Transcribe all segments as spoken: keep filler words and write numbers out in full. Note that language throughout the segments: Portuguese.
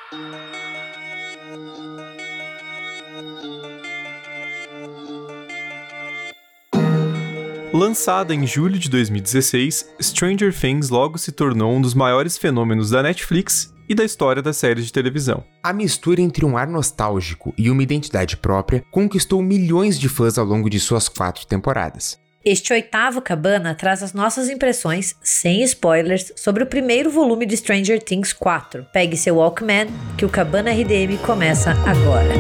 Lançada em julho de dois mil e dezesseis, Stranger Things logo se tornou um dos maiores fenômenos da Netflix e da história das séries de televisão. A mistura entre um ar nostálgico e uma identidade própria conquistou milhões de fãs ao longo de suas quatro temporadas. Este oitavo Cabana traz as nossas impressões, sem spoilers, sobre o primeiro volume de Stranger Things quatro. Pegue seu Walkman, que o Cabana R D M começa agora.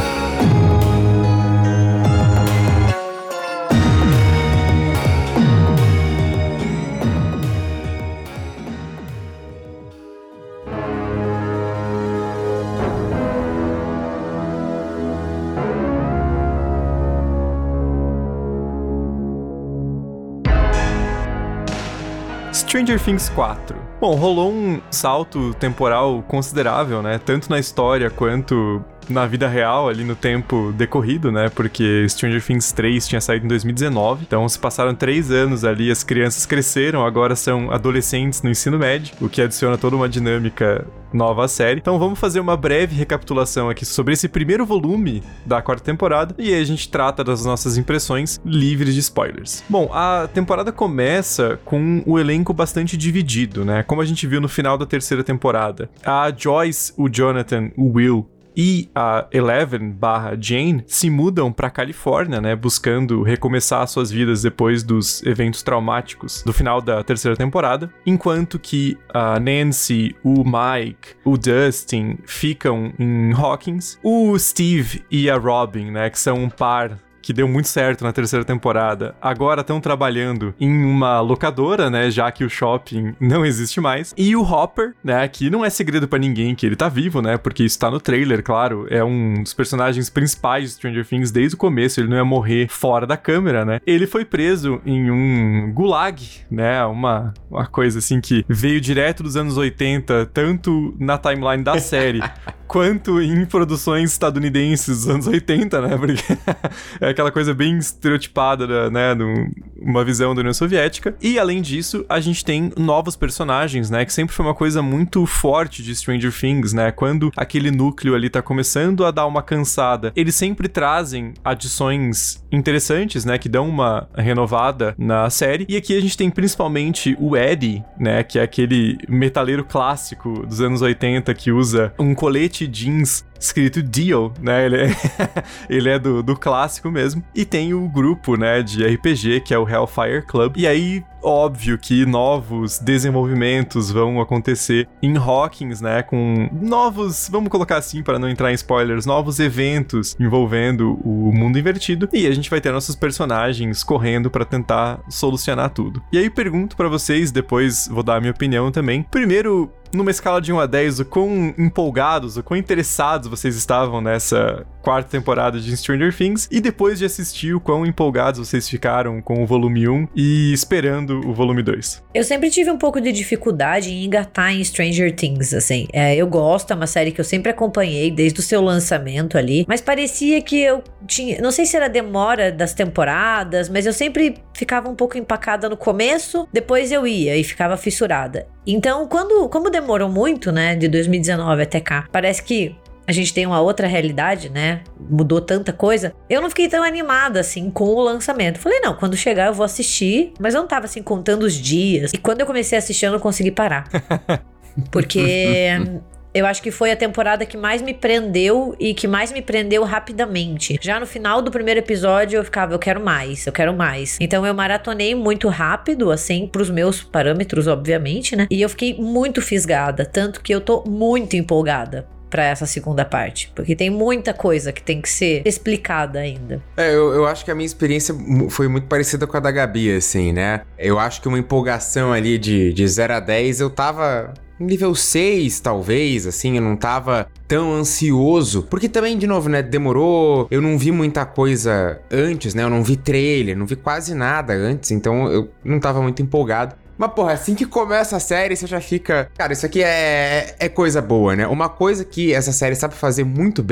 Stranger Things quatro. Bom, rolou um salto temporal considerável, né? Tanto na história quanto na vida real, ali no tempo decorrido, né? Porque Stranger Things três tinha saído em dois mil e dezenove, então se passaram três anos ali, as crianças cresceram, agora são adolescentes no ensino médio, o que adiciona toda uma dinâmica nova à série. Então vamos fazer uma breve recapitulação aqui sobre esse primeiro volume da quarta temporada, e aí a gente trata das nossas impressões livres de spoilers. Bom, a temporada começa com o elenco bastante dividido, né? Como a gente viu no final da terceira temporada. A Joyce, o Jonathan, o Will e a Eleven barra Jane se mudam pra Califórnia, né, buscando recomeçar suas vidas depois dos eventos traumáticos do final da terceira temporada, enquanto que a Nancy, o Mike, o Dustin ficam em Hawkins, o Steve e a Robin, né, que são um par que deu muito certo na terceira temporada, agora estão trabalhando em uma locadora, né, já que o shopping não existe mais. E o Hopper, né, que não é segredo pra ninguém que ele tá vivo, né, porque isso tá no trailer, claro, é um dos personagens principais de Stranger Things desde o começo, ele não ia morrer fora da câmera, né. Ele foi preso em um gulag, né, uma, uma coisa assim que veio direto dos anos oitenta, tanto na timeline da série, quanto em produções estadunidenses dos anos oitenta, né, porque é aquela coisa bem estereotipada, né, uma visão da União Soviética. E, além disso, a gente tem novos personagens, né, que sempre foi uma coisa muito forte de Stranger Things, né, quando aquele núcleo ali tá começando a dar uma cansada, eles sempre trazem adições interessantes, né, que dão uma renovada na série. E aqui a gente tem principalmente o Eddie, né, que é aquele metaleiro clássico dos anos oitenta que usa um colete jeans escrito Dio, né, ele é, ele é do, do clássico mesmo, e tem o grupo, né, de R P G, que é o Hellfire Club, e aí, óbvio que novos desenvolvimentos vão acontecer em Hawkins, né, com novos, vamos colocar assim para não entrar em spoilers, novos eventos envolvendo o mundo invertido, e a gente vai ter nossos personagens correndo para tentar solucionar tudo. E aí pergunto para vocês, depois vou dar a minha opinião também, primeiro, numa escala de um a dez, o quão empolgados, o quão interessados vocês estavam nessa quarta temporada de Stranger Things, e depois de assistir, o quão empolgados vocês ficaram com o volume um e esperando o volume dois. Eu sempre tive um pouco de dificuldade em engatar em Stranger Things, assim. É, eu gosto, é uma série que eu sempre acompanhei desde o seu lançamento ali, mas parecia que eu tinha... Não sei se era a demora das temporadas, mas eu sempre ficava um pouco empacada no começo, depois eu ia e ficava fissurada. Então, quando, como demorou muito, né, de dois mil e dezenove até cá, parece que a gente tem uma outra realidade, né, mudou tanta coisa, eu não fiquei tão animada, assim, com o lançamento. Falei, não, quando chegar eu vou assistir, mas eu não tava, assim, contando os dias. E quando eu comecei a assistir, eu não consegui parar. Porque... eu acho que foi a temporada que mais me prendeu e que mais me prendeu rapidamente. Já no final do primeiro episódio eu ficava, eu quero mais, eu quero mais. Então eu maratonei muito rápido, assim, pros meus parâmetros, obviamente, né? E eu fiquei muito fisgada, tanto que eu tô muito empolgada pra essa segunda parte, porque tem muita coisa que tem que ser explicada ainda. É, eu, eu acho que a minha experiência foi muito parecida com a da Gabi, assim, né? Eu acho que uma empolgação ali de, de zero a dez, eu tava... nível seis, talvez, assim, eu não tava tão ansioso, porque também, de novo, né, demorou, eu não vi muita coisa antes, né, eu não vi trailer, não vi quase nada antes, então eu não tava muito empolgado. Mas, porra, assim que começa a série, você já fica... Cara, isso aqui é, é coisa boa, né? Uma coisa que essa série sabe fazer muito bem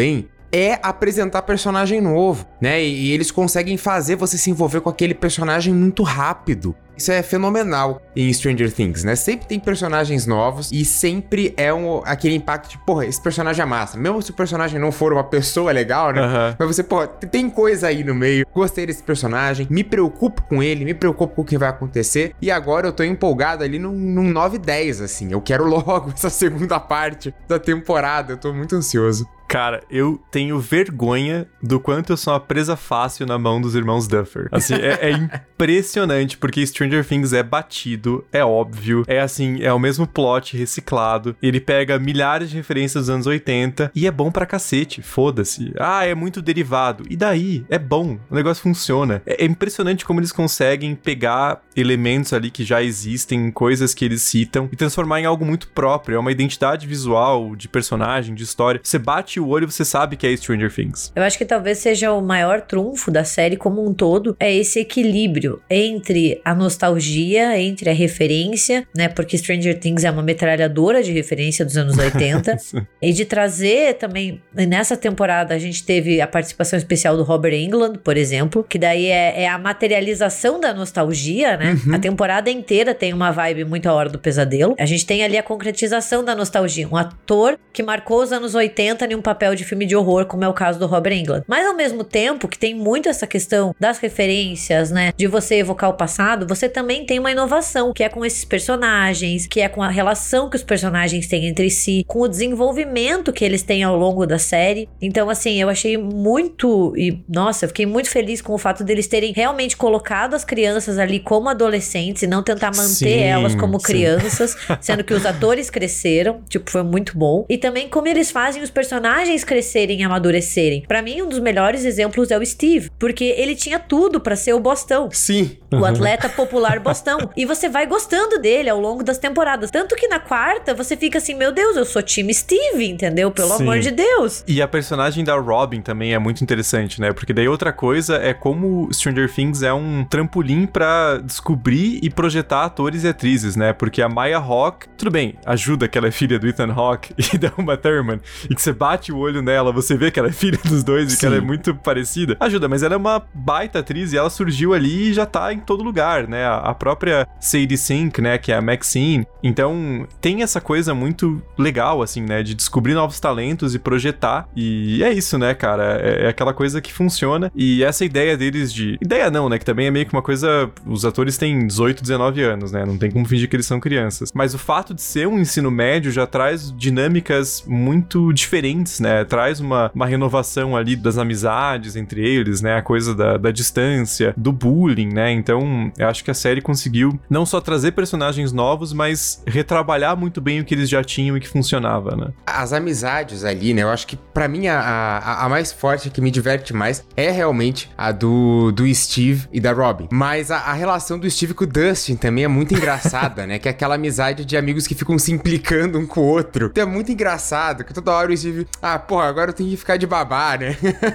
é apresentar personagem novo, né? E, e eles conseguem fazer você se envolver com aquele personagem muito rápido. Isso é fenomenal em Stranger Things, né? Sempre tem personagens novos e sempre é um, aquele impacto de, porra, esse personagem é massa. Mesmo se o personagem não for uma pessoa legal, né? Uhum. Mas você, porra, tem coisa aí no meio. Gostei desse personagem, me preocupo com ele, me preocupo com o que vai acontecer. E agora eu tô empolgado ali num, num nove dez, assim. Eu quero logo essa segunda parte da temporada. Eu tô muito ansioso. Cara, eu tenho vergonha do quanto eu sou uma presa fácil na mão dos irmãos Duffer. Assim, é, é impressionante, porque Stranger Things é batido, é óbvio, é assim, é o mesmo plot reciclado, ele pega milhares de referências dos anos oitenta e é bom pra cacete, foda-se. Ah, é muito derivado. E daí? É bom, o negócio funciona. É, é impressionante como eles conseguem pegar elementos ali que já existem, coisas que eles citam, e transformar em algo muito próprio. É uma identidade visual, de personagem, de história. Você bate o olho e você sabe que é Stranger Things. Eu acho que talvez seja o maior trunfo da série como um todo, é esse equilíbrio entre a nostalgia, entre a referência, né, porque Stranger Things é uma metralhadora de referência dos anos oitenta, e de trazer também, nessa temporada a gente teve a participação especial do Robert Englund, por exemplo, que daí é, é a materialização da nostalgia, né, uhum. A temporada inteira tem uma vibe muito A Hora do Pesadelo, a gente tem ali a concretização da nostalgia, um ator que marcou os anos oitenta em um papel de filme de horror, como é o caso do Robert Englund. Mas ao mesmo tempo que tem muito essa questão das referências, né, de você evocar o passado, você também tem uma inovação, que é com esses personagens, que é com a relação que os personagens têm entre si, com o desenvolvimento que eles têm ao longo da série. Então, assim, eu achei muito, e nossa, eu fiquei muito feliz com o fato deles terem realmente colocado as crianças ali como adolescentes e não tentar manter sim, elas como sim. crianças, sendo que os atores cresceram, tipo, foi muito bom. E também como eles fazem os personagens crescerem e amadurecerem. Pra mim, um dos melhores exemplos é o Steve, porque ele tinha tudo pra ser o Bostão. Sim. O atleta popular Bostão. E você vai gostando dele ao longo das temporadas. Tanto que na quarta, você fica assim, meu Deus, eu sou time Steve, entendeu? Pelo sim. amor de Deus. E a personagem da Robin também é muito interessante, né? Porque daí outra coisa é como Stranger Things é um trampolim pra descobrir e projetar atores e atrizes, né? Porque a Maya Hawke, tudo bem, ajuda que ela é filha do Ethan Hawke e da Uma Thurman, e que você bate o olho nela, você vê que ela é filha dos dois e sim. que ela é muito parecida. Ajuda, mas ela é uma baita atriz e ela surgiu ali e já tá em todo lugar, né? A, a própria Sadie Sink, né? Que é a Maxine. Então, tem essa coisa muito legal, assim, né? De descobrir novos talentos e projetar. E é isso, né, cara? É, é aquela coisa que funciona. E essa ideia deles de... Ideia não, né? Que também é meio que uma coisa... Os atores têm dezoito, dezenove anos, né? Não tem como fingir que eles são crianças. Mas o fato de ser um ensino médio já traz dinâmicas muito diferentes, né? Traz uma, uma renovação ali das amizades entre eles, né? A coisa da, da distância, do bullying, né? Então, eu acho que a série conseguiu não só trazer personagens novos, mas retrabalhar muito bem o que eles já tinham e que funcionava, né? As amizades ali, né? Eu acho que pra mim a, a, a mais forte, que me diverte mais, é realmente a do, do Steve e da Robin. Mas a, a relação do Steve com o Dustin também é muito engraçada, né? Que é aquela amizade de amigos que ficam se implicando um com o outro. Então é muito engraçado, que toda hora o Steve... Ah, porra, agora eu tenho que ficar de babá, né?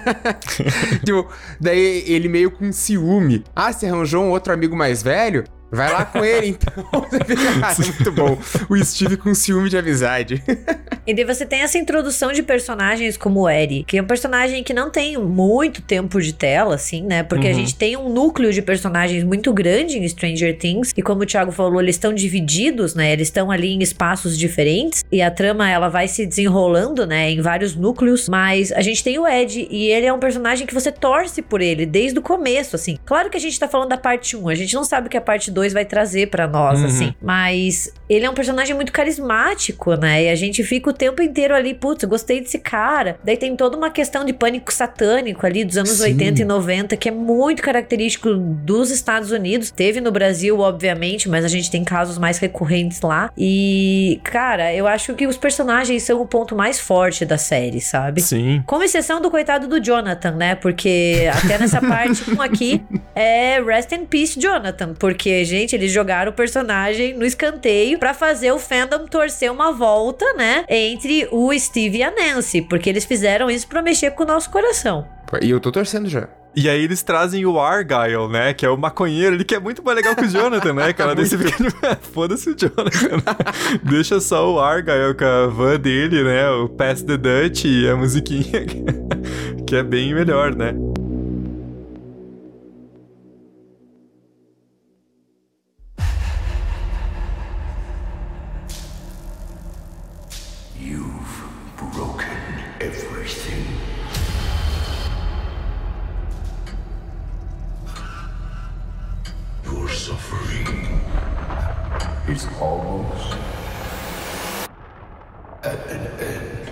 Tipo, daí ele meio com ciúme. Ah, você arranjou um outro amigo mais velho? Vai lá com ele, então. Ah, é muito bom. O Steve com ciúme de amizade. E daí você tem essa introdução de personagens como o Eddie, que é um personagem que não tem muito tempo de tela, assim, né? Porque uhum. a gente tem um núcleo de personagens muito grande em Stranger Things, e como o Thiago falou, eles estão divididos, né? Eles estão ali em espaços diferentes, e a trama, ela vai se desenrolando, né? Em vários núcleos, mas a gente tem o Eddie, e ele é um personagem que você torce por ele desde o começo, assim. Claro que a gente tá falando da parte um, a gente não sabe o que a parte dois vai trazer pra nós, uhum. assim. Mas ele é um personagem muito carismático, né? E a gente fica o tempo inteiro ali, putz, gostei desse cara. Daí tem toda uma questão de pânico satânico ali dos anos Sim. oitenta e noventa, que é muito característico dos Estados Unidos. Teve no Brasil, obviamente, mas a gente tem casos mais recorrentes lá. E, cara, eu acho que os personagens são o ponto mais forte da série, sabe? Sim. Com exceção do coitado do Jonathan, né? Porque até nessa parte um aqui é Rest in Peace, Jonathan. Porque, gente, eles jogaram o personagem no escanteio pra fazer o fandom torcer uma volta, né? Entre o Steve e a Nancy. Porque eles fizeram isso pra mexer com o nosso coração. E eu tô torcendo já. E aí eles trazem o Argyle, né? Que é o maconheiro, ele que é muito mais legal que o Jonathan, né, cara? Daí você fica tipo, foda-se o Jonathan, né? Deixa só o Argyle com a van dele, né? O Pass the Dutch e a musiquinha, que é bem melhor, né? You've broken everything. Your suffering is almost at an end.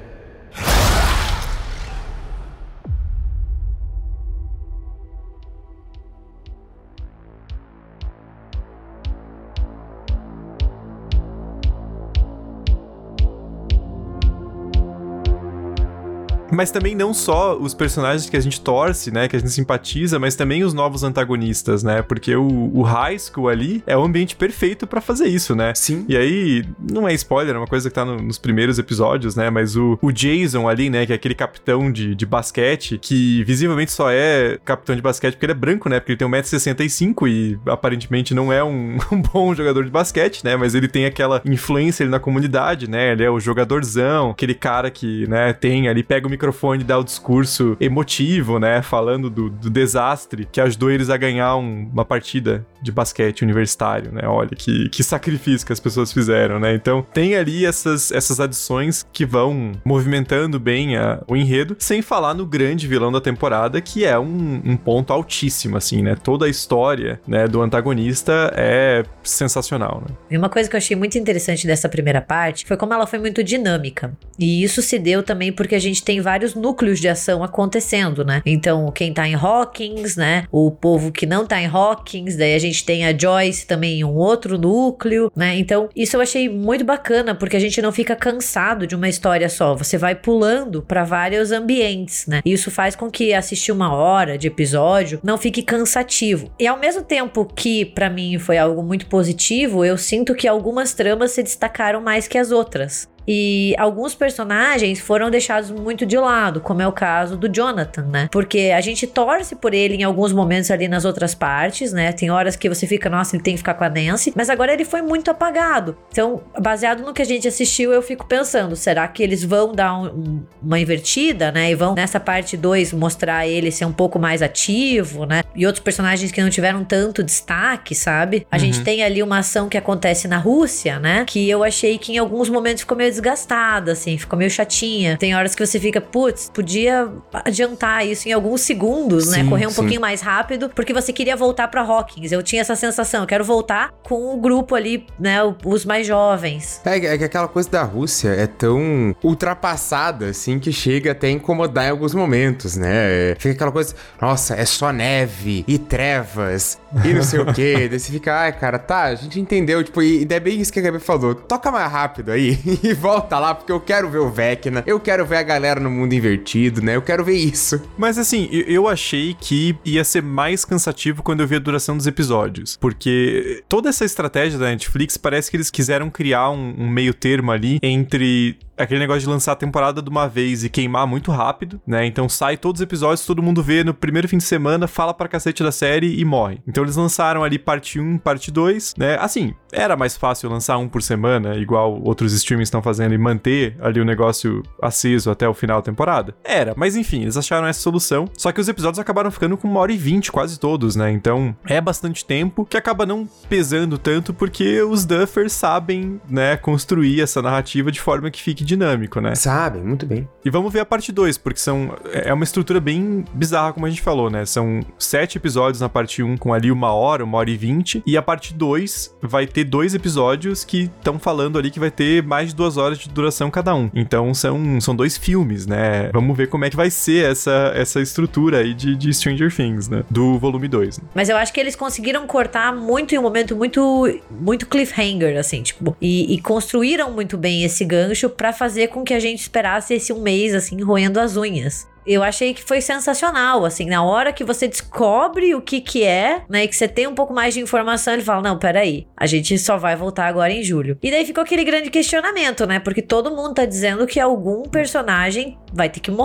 Mas também não só os personagens que a gente torce, né, que a gente simpatiza, mas também os novos antagonistas, né, porque o, o High School ali é o ambiente perfeito pra fazer isso, né. Sim. E aí, não é spoiler, é uma coisa que tá no, nos primeiros episódios, né, mas o, o Jason ali, né, que é aquele capitão de, de basquete, que visivelmente só é capitão de basquete porque ele é branco, né, porque ele tem um metro e sessenta e cinco e aparentemente não é um, um bom jogador de basquete, né, mas ele tem aquela influência ali na comunidade, né, ele é o jogadorzão, aquele cara que, né, tem ali, pega o microfone e dá o discurso emotivo, né, falando do, do desastre que ajudou eles a ganhar um, uma partida de basquete universitário, né, olha que, que sacrifício que as pessoas fizeram, né, então tem ali essas, essas adições que vão movimentando bem a, o enredo, sem falar no grande vilão da temporada, que é um, um ponto altíssimo, assim, né, toda a história, né, do antagonista é sensacional, né. E uma coisa que eu achei muito interessante dessa primeira parte foi como ela foi muito dinâmica, e isso se deu também porque a gente tem vários núcleos de ação acontecendo, né? Então, quem tá em Hawkins, né? O povo que não tá em Hawkins, daí a gente tem a Joyce também em um outro núcleo, né? Então, isso eu achei muito bacana, porque a gente não fica cansado de uma história só. Você vai pulando pra vários ambientes, né? E isso faz com que assistir uma hora de episódio não fique cansativo. E ao mesmo tempo que, pra mim, foi algo muito positivo, eu sinto que algumas tramas se destacaram mais que as outras. E alguns personagens foram deixados muito de lado, como é o caso do Jonathan, né? Porque a gente torce por ele em alguns momentos ali nas outras partes, né? Tem horas que você fica, nossa, ele tem que ficar com a Nancy, mas agora ele foi muito apagado. Então, baseado no que a gente assistiu, eu fico pensando, será que eles vão dar um, uma invertida, né? E vão, nessa parte dois, mostrar ele ser um pouco mais ativo, né? E outros personagens que não tiveram tanto destaque, sabe? A uhum. gente tem ali uma ação que acontece na Rússia, né? Que eu achei que em alguns momentos ficou meio desgastada, assim, ficou meio chatinha. Tem horas que você fica, putz, podia adiantar isso em alguns segundos, sim, né? Correr um sim. pouquinho mais rápido, porque você queria voltar pra Hawkins. Eu tinha essa sensação, eu quero voltar com o grupo ali, né? Os mais jovens. É, é que aquela coisa da Rússia é tão ultrapassada, assim, que chega até a incomodar em alguns momentos, né? Fica aquela coisa, nossa, é só neve e trevas e não sei o quê. Daí você fica, ai, cara, tá, a gente entendeu, tipo, e, e é bem isso que a Gabi falou. Toca mais rápido aí e volta lá, porque eu quero ver o Vecna, eu quero ver a galera no mundo invertido, né? Eu quero ver isso. Mas assim, eu achei que ia ser mais cansativo quando eu vi a duração dos episódios, porque toda essa estratégia da Netflix parece que eles quiseram criar um, um meio termo ali entre aquele negócio de lançar a temporada de uma vez e queimar muito rápido, né? Então sai todos os episódios, todo mundo vê no primeiro fim de semana, fala pra cacete da série e morre. Então eles lançaram ali parte um, parte dois, né? Assim, era mais fácil lançar um por semana, igual outros streamings estão fazendo, e manter ali o negócio aceso até o final da temporada? Era, mas enfim, eles acharam essa solução. Só que os episódios acabaram ficando com uma hora e vinte, quase todos, né? Então é bastante tempo que acaba não pesando tanto, porque os Duffers sabem, né, construir essa narrativa de forma que fique dinâmico, né? Sabem, muito bem. E vamos ver a parte dois, porque são, é uma estrutura bem bizarra, como a gente falou, né? São sete episódios na parte um, com ali uma hora, uma hora e vinte, e a parte dois vai ter dois episódios que estão falando ali que vai ter mais de duas horas de duração cada um. Então são, são dois filmes, né? Vamos ver como é que vai ser essa, essa estrutura aí de, de Stranger Things, né? Do volume dois. Né? Mas eu acho que eles conseguiram cortar muito em um momento muito, muito cliffhanger, assim, tipo, e, e construíram muito bem esse gancho pra fazer com que a gente esperasse esse um mês, assim, roendo as unhas. Eu achei que foi sensacional, assim, na hora que você descobre o que que é, né, e que você tem um pouco mais de informação, ele fala, não, peraí, a gente só vai voltar agora em julho. E daí ficou aquele grande questionamento, né, porque todo mundo tá dizendo que algum personagem vai ter que morrer.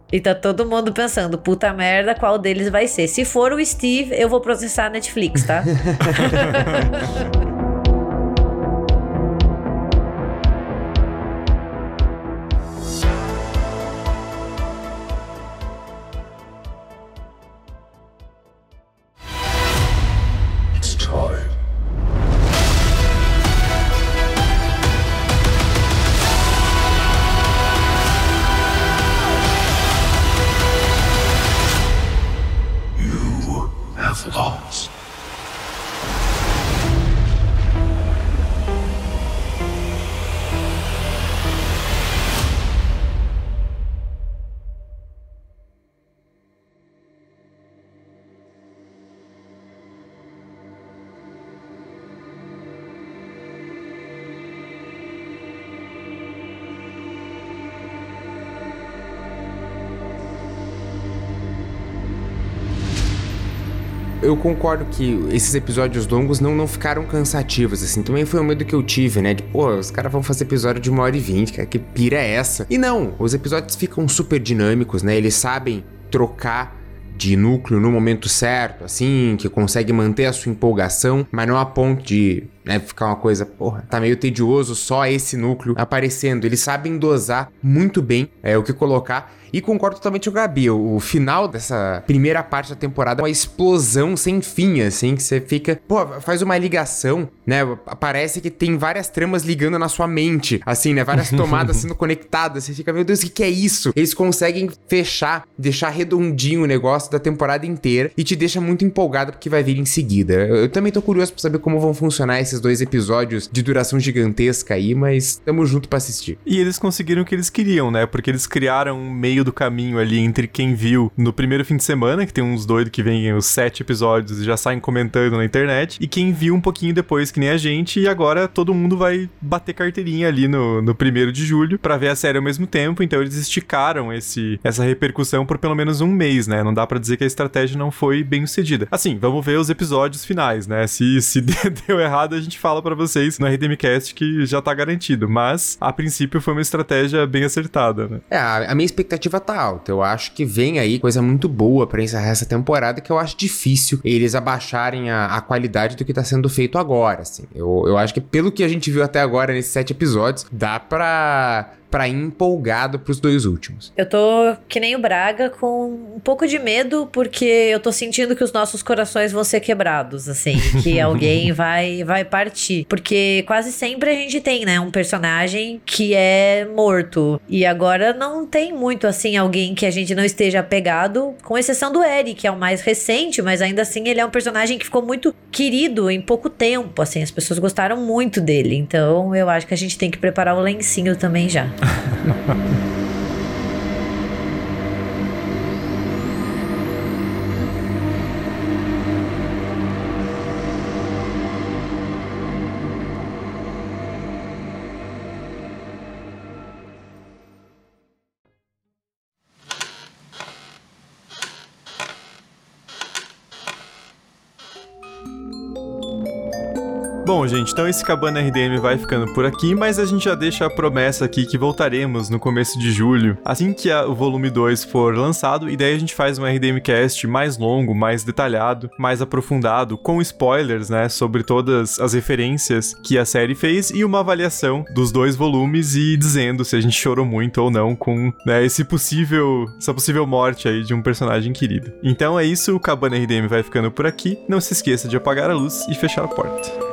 E tá todo mundo pensando, puta merda, qual deles vai ser? Se for o Steve, eu vou processar a Netflix, tá? It's time. You have lost. Eu concordo que esses episódios longos não, não ficaram cansativos, assim. Também foi um medo que eu tive, né? De, pô, os caras vão fazer episódio de uma hora e vinte, cara, que pira é essa? E não, os episódios ficam super dinâmicos, né? Eles sabem trocar de núcleo no momento certo, assim, que consegue manter a sua empolgação, mas não a ponto de, né, ficar uma coisa, porra, tá meio tedioso só esse núcleo aparecendo. Eles sabem dosar muito bem é, o que colocar. E concordo totalmente com o Gabi, o, o final dessa primeira parte da temporada é uma explosão sem fim, assim, que você fica, pô, faz uma ligação, né, parece que tem várias tramas ligando na sua mente, assim, né, várias tomadas sendo conectadas, você fica, meu Deus, o que, que é isso? Eles conseguem fechar, deixar redondinho o negócio da temporada inteira e te deixa muito empolgado porque vai vir em seguida. Eu, eu também tô curioso pra saber como vão funcionar esses dois episódios de duração gigantesca aí, mas tamo junto pra assistir. E eles conseguiram o que eles queriam, né? Porque eles criaram um meio do caminho ali entre quem viu no primeiro fim de semana, que tem uns doidos que vêm os sete episódios e já saem comentando na internet, e quem viu um pouquinho depois, que nem a gente, e agora todo mundo vai bater carteirinha ali no, no primeiro de julho pra ver a série ao mesmo tempo. Então eles esticaram esse, essa repercussão por pelo menos um mês, né? Não dá pra dizer que a estratégia não foi bem sucedida. Assim, vamos ver os episódios finais, né? Se, se deu errado, a gente fala pra vocês no RDMcast que já tá garantido, mas a princípio foi uma estratégia bem acertada, né? É, a minha expectativa tá alta. Eu acho que vem aí coisa muito boa pra encerrar essa temporada, que eu acho difícil eles abaixarem a, a qualidade do que tá sendo feito agora, assim. Eu, eu acho que pelo que a gente viu até agora nesses sete episódios, dá pra... pra ir empolgado pros dois últimos. Eu tô que nem o Braga, com um pouco de medo, porque eu tô sentindo que os nossos corações vão ser quebrados, assim, que alguém vai, vai partir. Porque quase sempre a gente tem, né, um personagem que é morto. E agora não tem muito, assim, alguém que a gente não esteja apegado, com exceção do Eric, que é o mais recente, mas ainda assim ele é um personagem que ficou muito querido em pouco tempo, assim, as pessoas gostaram muito dele. Então eu acho que a gente tem que preparar o lencinho também já. Bom, gente, então esse Cabana R D M vai ficando por aqui, mas a gente já deixa a promessa aqui que voltaremos no começo de julho, assim que a, o volume dois for lançado, e daí a gente faz um RDMcast mais longo, mais detalhado, mais aprofundado, com spoilers, né, sobre todas as referências que a série fez e uma avaliação dos dois volumes e dizendo se a gente chorou muito ou não com, né, esse possível, essa possível morte aí de um personagem querido. Então é isso, o Cabana R D M vai ficando por aqui, não se esqueça de apagar a luz e fechar a porta.